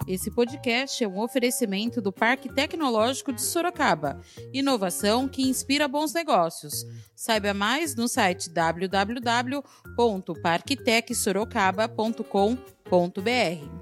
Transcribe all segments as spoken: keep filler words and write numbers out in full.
Esse podcast é um oferecimento do Parque Tecnológico de Sorocaba. Inovação que inspira bons negócios. Saiba mais no site w w w ponto parktec sorocaba ponto com ponto b r.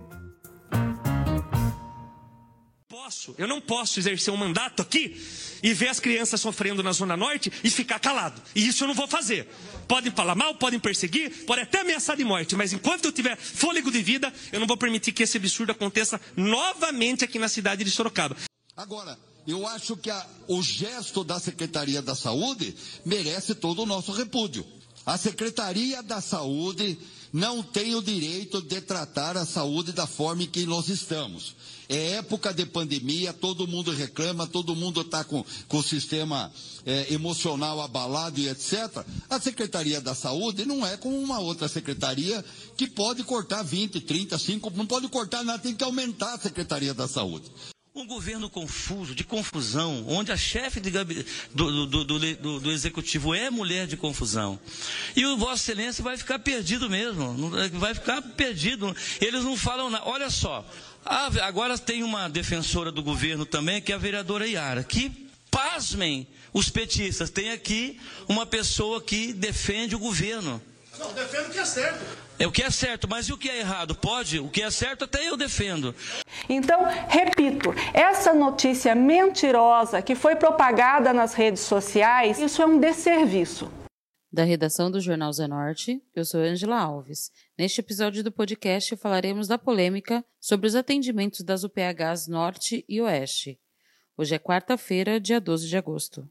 Posso, eu não posso exercer um mandato aqui e ver as crianças sofrendo na Zona Norte e ficar calado. E isso eu não vou fazer. Podem falar mal, podem perseguir, podem até ameaçar de morte, mas enquanto eu tiver fôlego de vida, eu não vou permitir que esse absurdo aconteça novamente aqui na cidade de Sorocaba. Agora, eu acho que a, o gesto da Secretaria da Saúde merece todo o nosso repúdio. A Secretaria da Saúde não tem o direito de tratar a saúde da forma em que nós estamos. É época de pandemia, todo mundo reclama, todo mundo está com, com o sistema é, emocional abalado e etcétera. A Secretaria da Saúde não é como uma outra secretaria que pode cortar vinte, trinta, cinco, não pode cortar nada, tem que aumentar a Secretaria da Saúde. Um governo confuso, de confusão, onde a chefe de, do, do, do, do, do executivo é mulher de confusão. E o Vossa Excelência vai ficar perdido mesmo, vai ficar perdido. Eles não falam nada. Olha só, agora tem uma defensora do governo também, que é a vereadora Yara, que, pasmem, os petistas, tem aqui uma pessoa que defende o governo. Não, defendo o que é certo. É o que é certo, mas e o que é errado? Pode? O que é certo até eu defendo. Então, repito, essa notícia mentirosa que foi propagada nas redes sociais, isso é um desserviço. Da redação do Jornal Zenorte, eu sou Ângela Alves. Neste episódio do podcast falaremos da polêmica sobre os atendimentos das U P Hs Norte e Oeste. Hoje é quarta-feira, dia doze de agosto.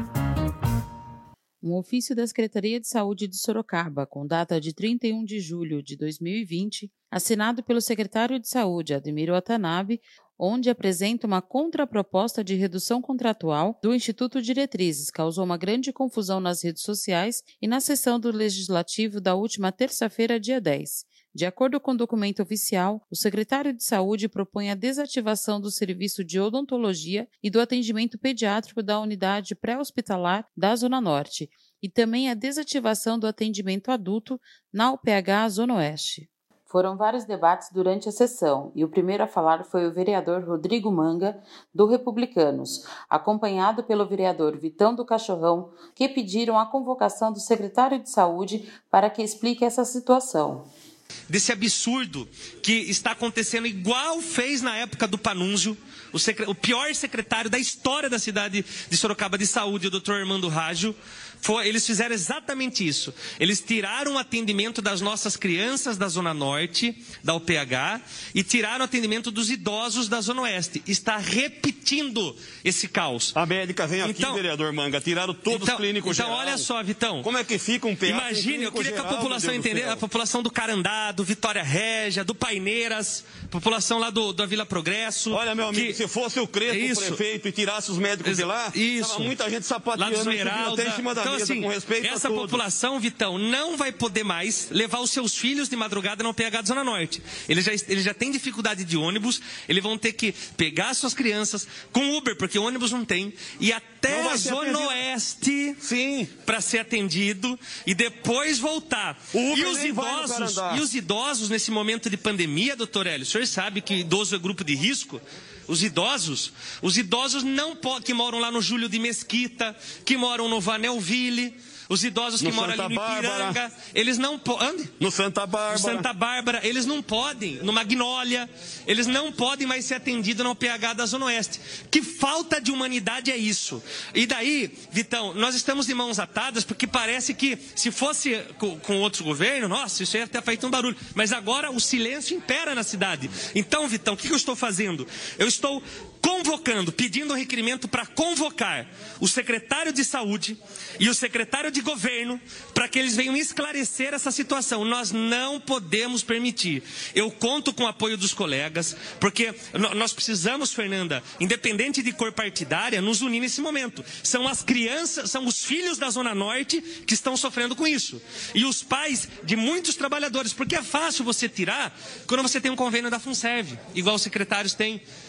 Um ofício da Secretaria de Saúde de Sorocaba, com data de trinta e um de julho de dois mil e vinte, assinado pelo secretário de Saúde, Ademir Watanabe, onde apresenta uma contraproposta de redução contratual do Instituto Diretrizes, causou uma grande confusão nas redes sociais e na sessão do Legislativo da última terça-feira, dia dez. De acordo com o documento oficial, o secretário de Saúde propõe a desativação do serviço de odontologia e do atendimento pediátrico da unidade pré-hospitalar da Zona Norte e também a desativação do atendimento adulto na U P H Zona Oeste. Foram vários debates durante a sessão e o primeiro a falar foi o vereador Rodrigo Manga, do Republicanos, acompanhado pelo vereador Vitão do Cachorrão, que pediram a convocação do secretário de Saúde para que explique essa situação. Desse absurdo que está acontecendo igual fez na época do Panunzio, o, secre... o pior secretário da história da cidade de Sorocaba de Saúde, o doutor Armando Raggio. Foi, eles fizeram exatamente isso. Eles tiraram o atendimento das nossas crianças da Zona Norte, da U P H, e tiraram o atendimento dos idosos da Zona Oeste. Está repetindo esse caos. A médica vem aqui, então, vereador Manga, tiraram todos então, os clínicos Então, geral. olha só, Vitão. Como é que fica um P A? Imagine, eu queria geral, que a população entendesse, a população do Carandá, do Vitória Régia, do Paineiras, população lá do, da Vila Progresso. Olha, meu amigo, que... se fosse o Crespo, isso, o prefeito, e tirasse os médicos isso, de lá, isso, tava muita gente sapateando, lá do Esmeralda. até em cima da então, mesa, assim, com respeito essa a todos. população, Vitão, não vai poder mais levar os seus filhos de madrugada no U P H da Zona Norte. Eles já, eles já têm dificuldade de ônibus, eles vão ter que pegar suas crianças com Uber, porque ônibus não tem, e até a Zona Oeste para ser atendido e depois voltar. E os, idosos, e os idosos, nesse momento de pandemia, doutor Hélio, o senhor sabe que idoso é grupo de risco? Os idosos, os idosos não po- que moram lá no Júlio de Mesquita, que moram no Vanelville, os idosos que no moram Santa ali no Ipiranga, Bárbara. eles não podem. No Santa Bárbara. No Santa Bárbara, eles não podem. No Magnólia, eles não podem mais ser atendidos no U P H da Zona Oeste. Que falta de humanidade é isso? E daí, Vitão, nós estamos de mãos atadas porque parece que se fosse com, com outros governos, nossa, isso ia ter feito um barulho. Mas agora o silêncio impera na cidade. Então, Vitão, o que eu estou fazendo? Eu estou convocando, pedindo um requerimento para convocar o secretário de Saúde e o secretário de Governo para que eles venham esclarecer essa situação. Nós não podemos permitir. Eu conto com o apoio dos colegas, porque nós precisamos, Fernanda, independente de cor partidária, nos unir nesse momento. São as crianças, são os filhos da Zona Norte que estão sofrendo com isso. E os pais de muitos trabalhadores, porque é fácil você tirar quando você tem um convênio da FUNSERV, igual os secretários têm.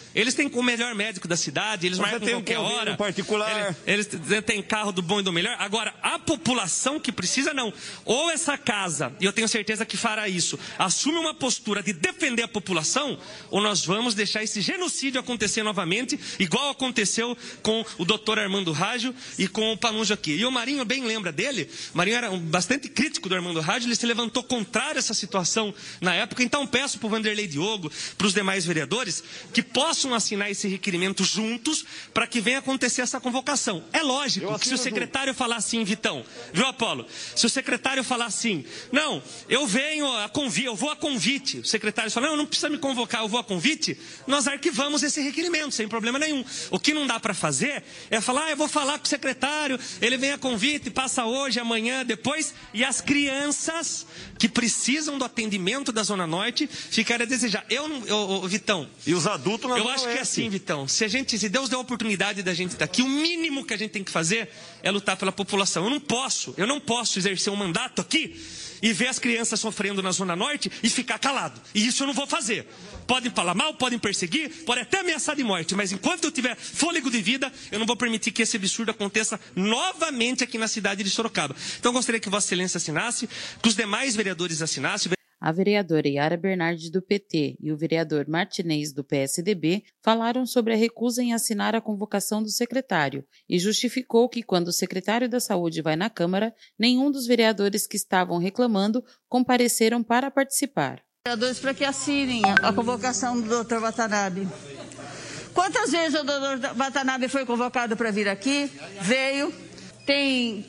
Eles têm o melhor médico da cidade, eles Você marcam tem um qualquer convênio hora. particular. Eles, eles têm carro do bom e do melhor. Agora, a população que precisa, não. Ou essa casa, e eu tenho certeza que fará isso, assume uma postura de defender a população, ou nós vamos deixar esse genocídio acontecer novamente, igual aconteceu com o doutor Armando Rágio e com o Panujo aqui. E o Marinho bem lembra dele. O Marinho era um, bastante crítico do Armando Rágio, ele se levantou contrário a essa situação na época. Então peço para o Vanderlei Diogo, para os demais vereadores, que possam assinar esse requerimento juntos para que venha acontecer essa convocação. É lógico que se o secretário falar assim, Vitão, viu, Apolo? Se o secretário falar assim, não, eu venho a convite, eu vou a convite, o secretário fala, não, não precisa me convocar, eu vou a convite, nós arquivamos esse requerimento, sem problema nenhum. O que não dá para fazer é falar, ah, eu vou falar com o secretário, ele vem a convite, passa hoje, amanhã, depois, e as crianças que precisam do atendimento da Zona Norte ficarem a desejar. Eu, eu, eu Vitão... E os adultos na Eu Zona acho que é Oeste. assim, Vitão. Se a gente, se Deus deu a oportunidade da gente estar aqui, o mínimo que a gente tem que fazer é lutar pela população. Eu não posso, eu não posso exercer um mandato aqui e ver as crianças sofrendo na Zona Norte e ficar calado. E isso eu não vou fazer. Podem falar mal, podem perseguir, podem até ameaçar de morte, mas enquanto eu tiver fôlego de vida, eu não vou permitir que esse absurdo aconteça novamente aqui na cidade de Sorocaba. Então eu gostaria que Vossa Excelência assinasse, que os demais vereadores assinassem. A vereadora Yara Bernardi, do P T, e o vereador Martinez, do P S D B, falaram sobre a recusa em assinar a convocação do secretário e justificou que, quando o secretário da Saúde vai na Câmara, nenhum dos vereadores que estavam reclamando compareceram para participar. Vereadores para que assinem a convocação do doutor Watanabe. Quantas vezes o doutor Watanabe foi convocado para vir aqui? Veio. Tem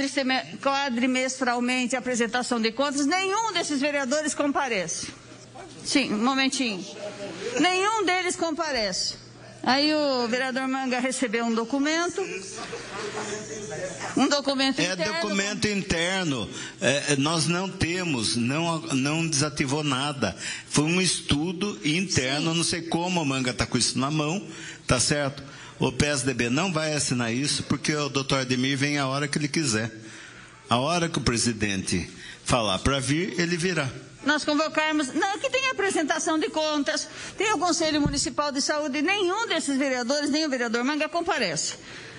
quadrimestralmente apresentação de contas, nenhum desses vereadores comparece. Sim, um momentinho. Nenhum deles comparece. Aí o vereador Manga recebeu um documento, um documento é interno. É documento interno, é, nós não temos, não, não desativou nada. Foi um estudo interno, Sim. Não sei como o Manga está com isso na mão, tá certo? O P S D B não vai assinar isso porque o doutor Ademir vem a hora que ele quiser. A hora que o presidente falar para vir, ele virá. Nós convocarmos, não, que tem apresentação de contas, tem o Conselho Municipal de Saúde, nenhum desses vereadores, nem o vereador Manga comparece.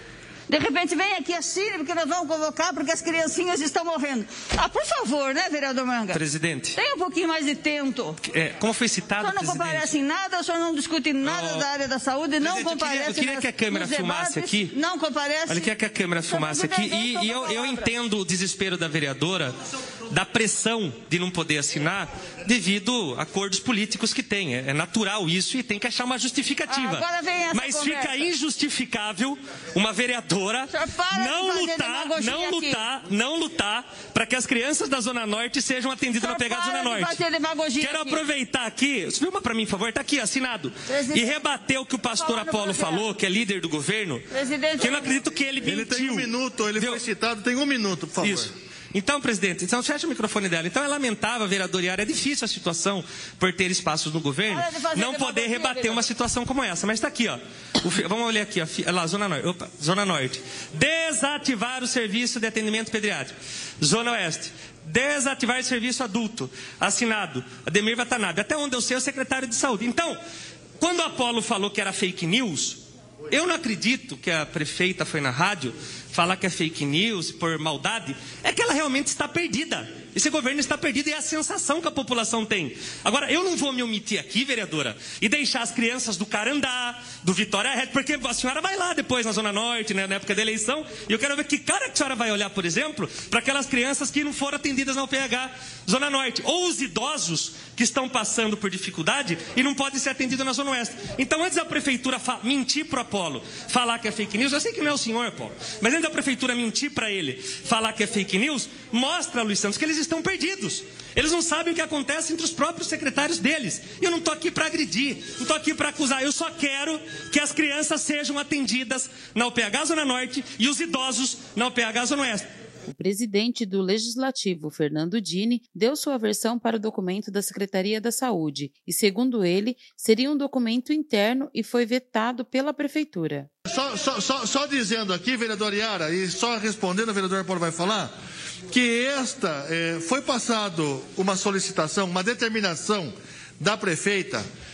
De repente vem aqui assine, porque nós vamos convocar, porque as criancinhas estão morrendo. Ah, por favor, né, vereador Manga? Presidente. Tenha um pouquinho mais de tento. É, como foi citado, o senhor não presidente? comparece em nada, o senhor não discute nada oh, da área da saúde, não comparece. Eu queria, eu queria que a câmera filmasse debates, aqui. Não comparece. Olha, eu queria que a câmera filmasse aqui. E, e eu, eu entendo o desespero da vereadora, da pressão de não poder assinar, devido a acordos políticos que tem. É, é natural isso e tem que achar uma justificativa. Ah, agora vem essa Mas conversa. Fica injustificável uma vereadora não lutar, não lutar, aqui. não lutar para que as crianças da Zona Norte sejam atendidas na pegada Zona Norte. Quero aqui. aproveitar aqui, filma para mim, por favor, está aqui, assinado. Presidente. E rebater o que o pastor Apolo falou, que é líder do governo, Presidente. que eu não acredito que ele mentiu. Ele tem um minuto, ele Viu? foi citado, tem um minuto, por favor. Isso. Então, presidente, então fecha o microfone dela. Então é lamentável, a vereadora Yara, é difícil a situação por ter espaços no governo, não poder rebater uma situação como essa. Mas está aqui, ó. O, vamos olhar aqui, ó, lá, Zona Norte. Opa, Zona Norte. Desativar o serviço de atendimento pediátrico. Zona Oeste. Desativar o serviço adulto. Assinado, Ademir Watanabe. Até onde eu sei, é o secretário de Saúde. Então, quando o Apolo falou que era fake news, eu não acredito que a prefeita foi na rádio falar que é fake news por maldade, é que ela realmente está perdida. Esse governo está perdido e é a sensação que a população tem. Agora, eu não vou me omitir aqui, vereadora, e deixar as crianças do Carandá, do Vitória Reto, porque a senhora vai lá depois na Zona Norte, né, na época da eleição, e eu quero ver que cara que a senhora vai olhar, por exemplo, para aquelas crianças que não foram atendidas na U P H Zona Norte, ou os idosos que estão passando por dificuldade e não podem ser atendidos na Zona Oeste. Então, antes da prefeitura mentir para o Apolo, falar que é fake news, eu sei que não é o senhor, Apolo, mas antes da prefeitura mentir para ele, falar que é fake news, mostra, Luiz Santos, que eles estão perdidos. Eles não sabem o que acontece entre os próprios secretários deles. E eu não estou aqui para agredir, não estou aqui para acusar. Eu só quero que as crianças sejam atendidas na U P H Zona Norte e os idosos na U P H Zona Oeste. O presidente do Legislativo, Fernando Dini, deu sua versão para o documento da Secretaria da Saúde e, segundo ele, seria um documento interno e foi vetado pela Prefeitura. Só, só, só, só dizendo aqui, vereador Yara, e só respondendo, o vereador Paulo vai falar, que esta eh, foi passado uma solicitação, uma determinação da prefeita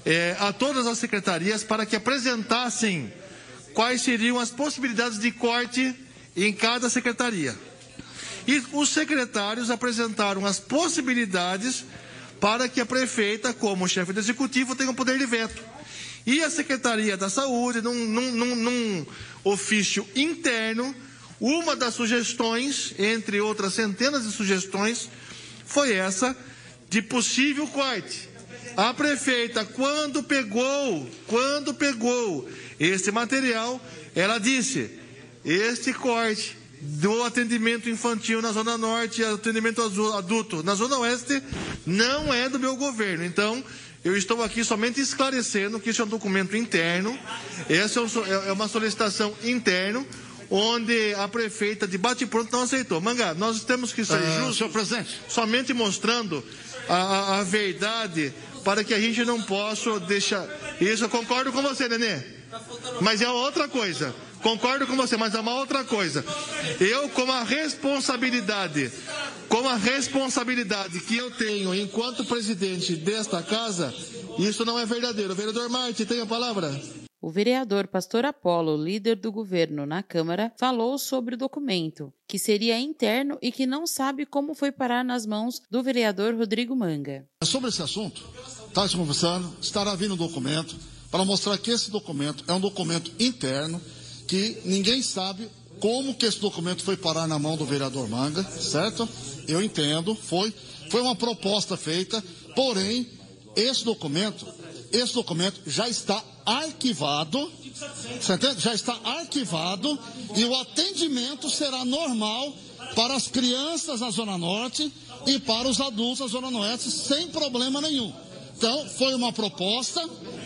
é, a todas as secretarias para que apresentassem quais seriam as possibilidades de corte em cada secretaria. E os secretários apresentaram as possibilidades para que a prefeita, como chefe do executivo, tenha o poder de veto. E a Secretaria da Saúde, num, num, num, num ofício interno, uma das sugestões, entre outras centenas de sugestões, foi essa de possível corte. A prefeita, quando pegou, quando pegou esse material, ela disse, este corte do atendimento infantil na Zona Norte e atendimento adulto na Zona Oeste não é do meu governo. Então, eu estou aqui somente esclarecendo que isso é um documento interno, essa é uma solicitação interna, onde a prefeita de bate-pronto não aceitou. Manga, nós temos que ser uh, justos, senhor presidente, somente mostrando a, a, a verdade para que a gente não possa deixar... Isso, eu concordo com você, Nenê, mas é outra coisa. Concordo com você, mas é uma outra coisa. Eu, com a responsabilidade, com a responsabilidade que eu tenho enquanto presidente desta casa, isso não é verdadeiro. Vereador Marte, tem a palavra? O vereador Pastor Apolo, líder do governo na Câmara, falou sobre o documento, que seria interno e que não sabe como foi parar nas mãos do vereador Rodrigo Manga. Sobre esse assunto, está conversando, estará vindo um documento para mostrar que esse documento é um documento interno, que ninguém sabe como que esse documento foi parar na mão do vereador Manga, certo? Eu entendo, foi, foi uma proposta feita, porém, esse documento, esse documento já está arquivado, você entende? Já está arquivado e o atendimento será normal para as crianças na Zona Norte e para os adultos na Zona Oeste, sem problema nenhum. Então, foi uma proposta,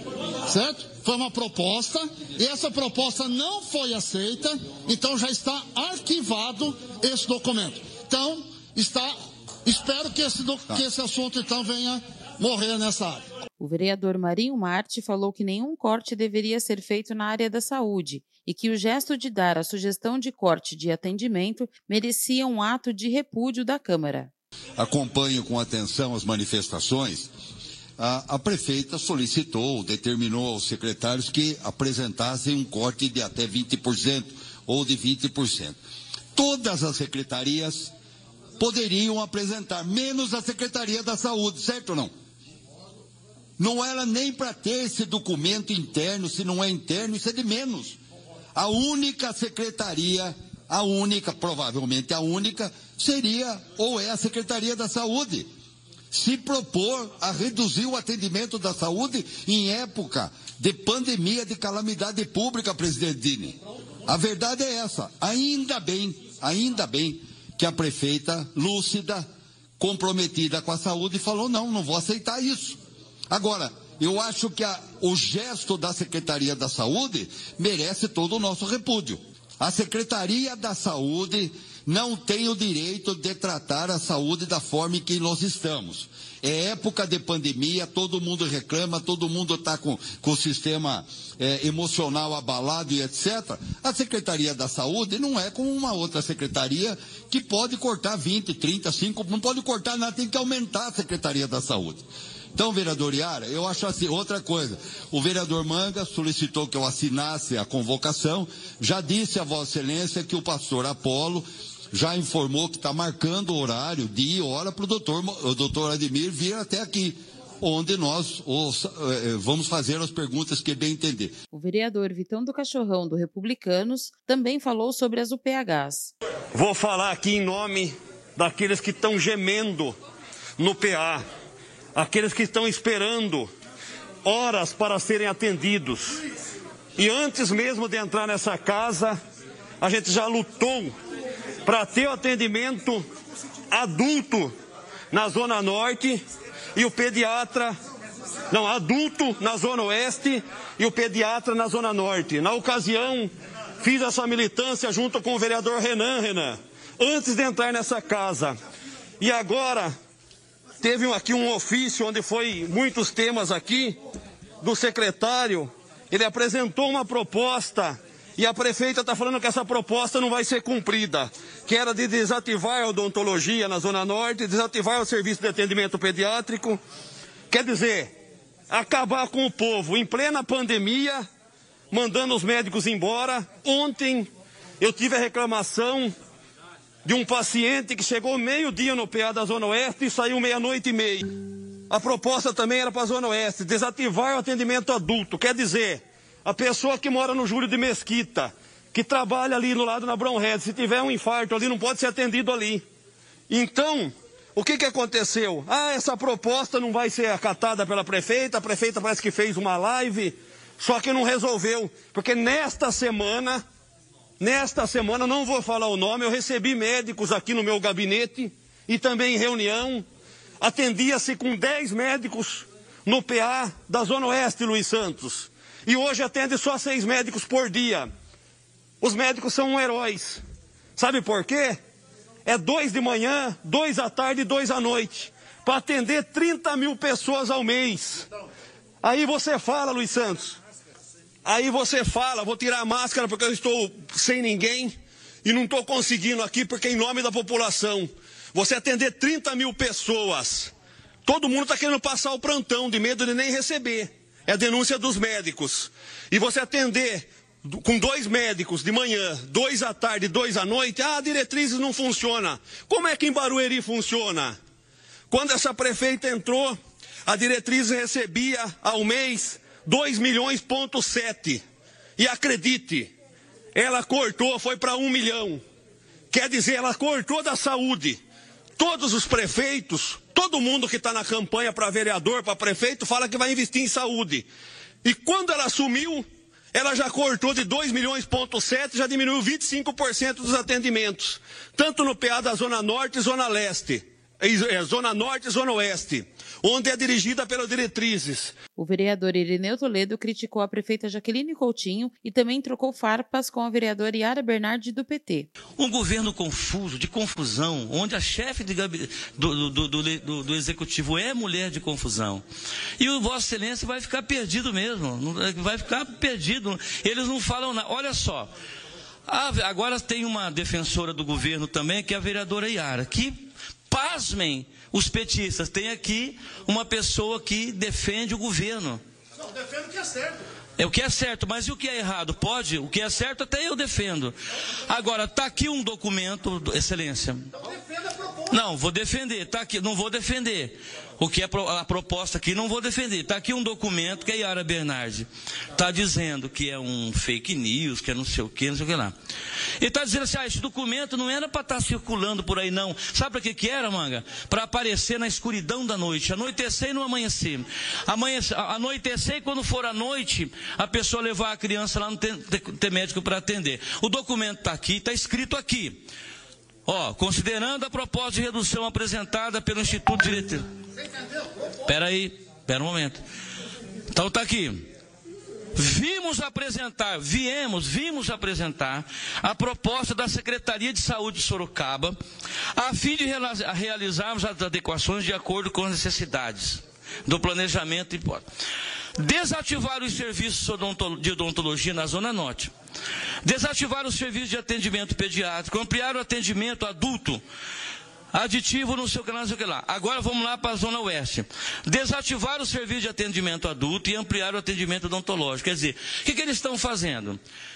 certo? Foi uma proposta, e essa proposta não foi aceita, então já está arquivado esse documento. Então, está, espero que esse, do, que esse assunto então venha morrer nessa área. O vereador Marinho Marte falou que nenhum corte deveria ser feito na área da saúde e que o gesto de dar a sugestão de corte de atendimento merecia um ato de repúdio da Câmara. Acompanho com atenção as manifestações. A, a prefeita solicitou, determinou aos secretários que apresentassem um corte de até vinte por cento ou de vinte por cento. Todas as secretarias poderiam apresentar, menos a Secretaria da Saúde, certo ou não? Não era nem para ter esse documento interno, se não é interno, isso é de menos. A única secretaria, a única, provavelmente a única, seria ou é a Secretaria da Saúde. Se propor a reduzir o atendimento da saúde em época de pandemia, de calamidade pública, presidente Dini. A verdade é essa. Ainda bem, ainda bem que a prefeita, lúcida, comprometida com a saúde, falou não, não vou aceitar isso. Agora, eu acho que a, o gesto da Secretaria da Saúde merece todo o nosso repúdio. A Secretaria da Saúde não tem o direito de tratar a saúde da forma em que nós estamos. É época de pandemia, todo mundo reclama, todo mundo está com, com o sistema é, emocional abalado e etcétera. A Secretaria da Saúde não é como uma outra secretaria que pode cortar vinte, trinta, cinco, não pode cortar nada, tem que aumentar a Secretaria da Saúde. Então, vereador Iara, eu acho assim, outra coisa, o vereador Manga solicitou que eu assinasse a convocação, já disse a Vossa Excelência que o pastor Apolo já informou que está marcando o horário, dia e hora, para o doutor, o doutor Ademir vir até aqui, onde nós os, eh, vamos fazer as perguntas que bem entender. O vereador Vitão do Cachorrão, do Republicanos, também falou sobre as U P Hs. Vou falar aqui em nome daqueles que estão gemendo no P A, aqueles que estão esperando horas para serem atendidos. E antes mesmo de entrar nessa casa, a gente já lutou para ter o atendimento adulto na Zona Norte e o pediatra, não, adulto na Zona Oeste e o pediatra na Zona Norte. Na ocasião, fiz essa militância junto com o vereador Renan, Renan, antes de entrar nessa casa. E agora, teve aqui um ofício onde foi muitos temas aqui, do secretário, ele apresentou uma proposta e a prefeita está falando que essa proposta não vai ser cumprida, que era de desativar a odontologia na Zona Norte, desativar o serviço de atendimento pediátrico. Quer dizer, acabar com o povo em plena pandemia, mandando os médicos embora. Ontem eu tive a reclamação de um paciente que chegou meio-dia no P A da Zona Oeste e saiu meia-noite e meia. A proposta também era para a Zona Oeste, desativar o atendimento adulto. Quer dizer, a pessoa que mora no Júlio de Mesquita, que trabalha ali no lado na Brown Head, se tiver um infarto ali, não pode ser atendido ali. Então, o que, que aconteceu? Ah, essa proposta não vai ser acatada pela prefeita, a prefeita parece que fez uma live, só que não resolveu, porque nesta semana, nesta semana, não vou falar o nome, eu recebi médicos aqui no meu gabinete e também em reunião, atendia-se com dez médicos no P A da Zona Oeste, Luiz Santos, e hoje atende só seis médicos por dia. Os médicos são heróis, sabe por quê? É dois de manhã, dois à tarde e dois à noite, para atender trinta mil pessoas ao mês. Aí você fala, Luiz Santos, aí você fala, vou tirar a máscara porque eu estou sem ninguém e não estou conseguindo aqui porque em nome da população. Você atender trinta mil pessoas, todo mundo está querendo passar o plantão de medo de nem receber. É a denúncia dos médicos. E você atender com dois médicos de manhã, dois à tarde e dois à noite, ah, a diretrizes não funciona. Como é que em Barueri funciona? Quando essa prefeita entrou, a diretriz recebia ao mês dois milhões ponto sete. E acredite, ela cortou, foi para um milhão. Quer dizer, ela cortou da saúde. Todos os prefeitos, todo mundo que está na campanha para vereador, para prefeito, fala que vai investir em saúde. E quando ela assumiu, ela já cortou de dois milhões ponto sete, já diminuiu vinte e cinco por cento dos atendimentos. Tanto no P A da Zona Norte e Zona Leste, Zona Norte e Zona Oeste, onde é dirigida pelas diretrizes. O vereador Irineu Toledo criticou a prefeita Jaqueline Coutinho e também trocou farpas com a vereadora Yara Bernardi do P T. Um governo confuso, de confusão, onde a chefe de gabinete do, do, do, do, do executivo é mulher de confusão. E o Vossa Excelência vai ficar perdido mesmo, vai ficar perdido. Eles não falam nada. Olha só, agora tem uma defensora do governo também, que é a vereadora Yara, que, pasmem, os petistas, tem aqui uma pessoa que defende o governo. Não, defende o que é certo. É o que é certo, mas e o que é errado? Pode, o que é certo até eu defendo. Agora, está aqui um documento, Excelência. Então defenda a proposta. Não, vou defender, está aqui, não vou defender. O que é a proposta aqui, não vou defender. Está aqui um documento que a Yara Bernardi está dizendo que é um fake news, que é não sei o que, não sei o que lá. Ele está dizendo assim, ah, esse documento não era para estar tá circulando por aí não. Sabe para que que era, Manga? Para aparecer na escuridão da noite, anoitecer e não amanhecer. Amanhecer, anoitecer e quando for à noite, a pessoa levar a criança lá, não ter, ter, ter médico para atender. O documento está aqui, está escrito aqui. Ó, considerando a proposta de redução apresentada pelo Instituto Diretor. Espera aí, espera um momento. Então está aqui. Vimos apresentar, viemos, vimos apresentar a proposta da Secretaria de Saúde de Sorocaba, a fim de realizarmos as adequações de acordo com as necessidades do planejamento. Desativar os serviços de odontologia na Zona Norte. Desativar os serviços de atendimento pediátrico, ampliar o atendimento adulto, aditivo no seu canal, não sei o que lá. Agora vamos lá para a Zona Oeste. Desativar o serviço de atendimento adulto e ampliar o atendimento odontológico. Quer dizer, o que, que eles estão fazendo?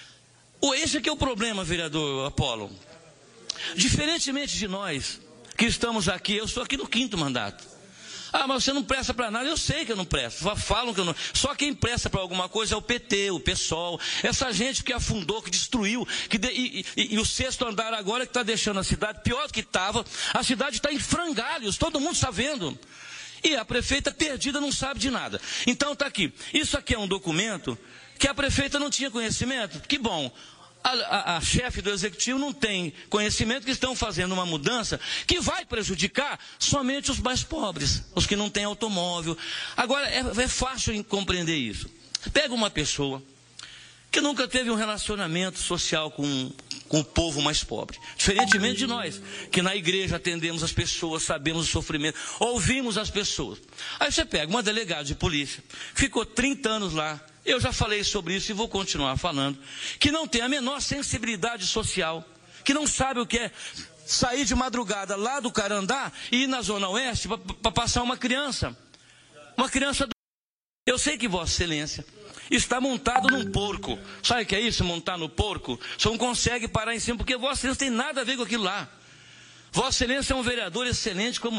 Esse aqui é o problema, vereador Apolo. Diferentemente de nós, que estamos aqui, eu estou aqui no quinto mandato. Ah, mas você não presta para nada. Eu sei que eu não presto. Só falam que eu não. Só quem presta para alguma coisa é o P T, o PSOL. Essa gente que afundou, que destruiu. Que de... e, e, e o sexto andar agora que está deixando a cidade pior do que estava. A cidade está em frangalhos. Todo mundo está vendo. E a prefeita perdida não sabe de nada. Então está aqui. Isso aqui é um documento que a prefeita não tinha conhecimento. Que bom. A, a, a chefe do executivo não tem conhecimento que estão fazendo uma mudança que vai prejudicar somente os mais pobres, os que não têm automóvel. Agora, é, é fácil compreender isso. Pega uma pessoa que nunca teve um relacionamento social com, com o povo mais pobre. Diferentemente de nós, que na igreja atendemos as pessoas, sabemos o sofrimento, ouvimos as pessoas. Aí você pega uma delegada de polícia, ficou trinta anos lá. Eu já falei sobre isso e vou continuar falando, que não tem a menor sensibilidade social, que não sabe o que é sair de madrugada lá do Carandá e ir na Zona Oeste para passar uma criança. Uma criança Eu sei que Vossa Excelência está montado num porco. Sabe o que é isso, montar no porco? Só não consegue parar em cima, porque Vossa Excelência tem nada a ver com aquilo lá. Vossa Excelência é um vereador excelente, como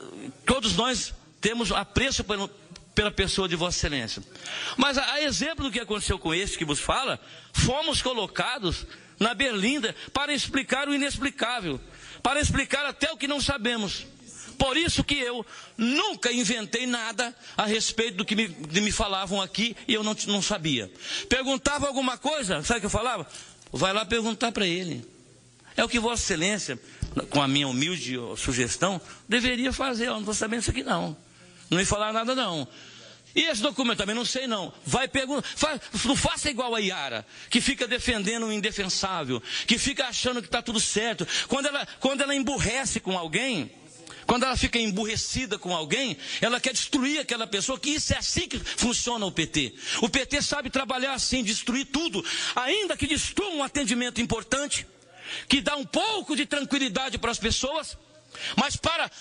todos nós temos apreço pela pessoa de Vossa Excelência. Mas a, a exemplo do que aconteceu com este que vos fala, fomos colocados na berlinda para explicar o inexplicável, para explicar até o que não sabemos. Por isso que eu nunca inventei nada a respeito do que me, de me falavam aqui e eu não, não sabia. Perguntava alguma coisa, sabe o que eu falava? Vai lá perguntar para ele. É o que Vossa Excelência, com a minha humilde sugestão, deveria fazer. Eu não estou sabendo isso aqui não. Não me falar nada não. E esse documento também não sei não. Vai perguntar, faz, não faça igual a Yara, que fica defendendo o indefensável, que fica achando que está tudo certo. Quando ela, quando ela emburrece com alguém, quando ela fica emburrecida com alguém, ela quer destruir aquela pessoa, que isso é assim que funciona o P T. O P T sabe trabalhar assim, destruir tudo, ainda que destrua um atendimento importante, que dá um pouco de tranquilidade para as pessoas, mas para...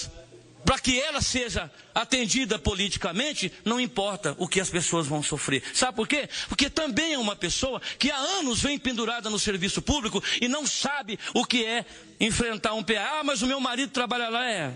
para que ela seja atendida politicamente, não importa o que as pessoas vão sofrer. Sabe por quê? Porque também é uma pessoa que há anos vem pendurada no serviço público e não sabe o que é enfrentar um P A. Ah, mas o meu marido trabalha lá, é,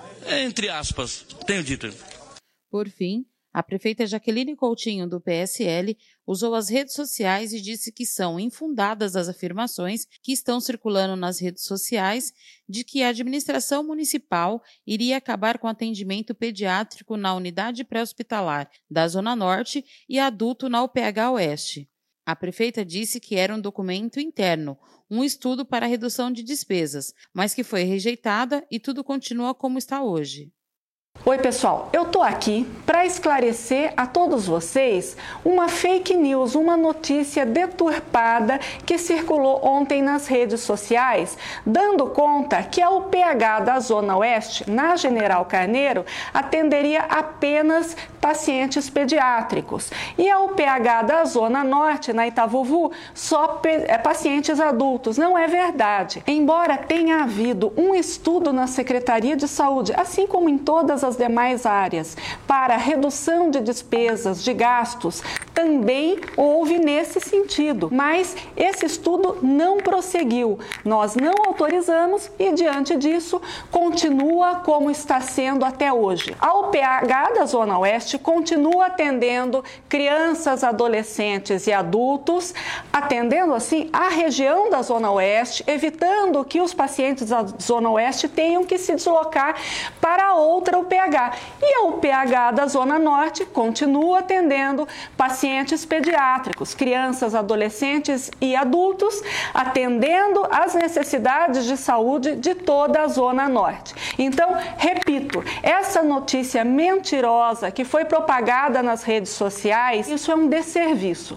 é entre aspas, tenho dito. Por fim, a prefeita Jaqueline Coutinho, do P S L, usou as redes sociais e disse que são infundadas as afirmações que estão circulando nas redes sociais de que a administração municipal iria acabar com o atendimento pediátrico na unidade pré-hospitalar da Zona Norte e adulto na U P H Oeste. A prefeita disse que era um documento interno, um estudo para redução de despesas, mas que foi rejeitada e tudo continua como está hoje. Oi pessoal, eu tô aqui para esclarecer a todos vocês uma fake news, uma notícia deturpada que circulou ontem nas redes sociais, dando conta que a U P H da Zona Oeste, na General Carneiro, atenderia apenas pacientes pediátricos e a U P H da Zona Norte, na Itavuvu, só pacientes adultos. Não é verdade. Embora tenha havido um estudo na Secretaria de Saúde, assim como em todas as demais áreas, para redução de despesas, de gastos, também houve nesse sentido, mas esse estudo não prosseguiu. Nós não autorizamos e, diante disso, continua como está sendo até hoje. A U P H da Zona Oeste continua atendendo crianças, adolescentes e adultos, atendendo assim a região da Zona Oeste, evitando que os pacientes da Zona Oeste tenham que se deslocar para outra U P H. E a U P H da Zona Norte continua atendendo pacientes pediátricos, crianças, adolescentes e adultos, atendendo às necessidades de saúde de toda a Zona Norte. Então, repito, essa notícia mentirosa que foi propagada nas redes sociais, isso é um desserviço.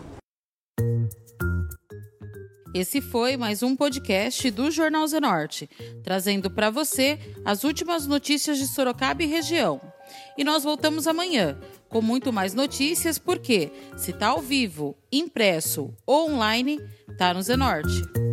Esse foi mais um podcast do Jornal Zenorte, trazendo para você as últimas notícias de Sorocaba e região. E nós voltamos amanhã com muito mais notícias, porque se tá ao vivo, impresso ou online, tá no Zenorte.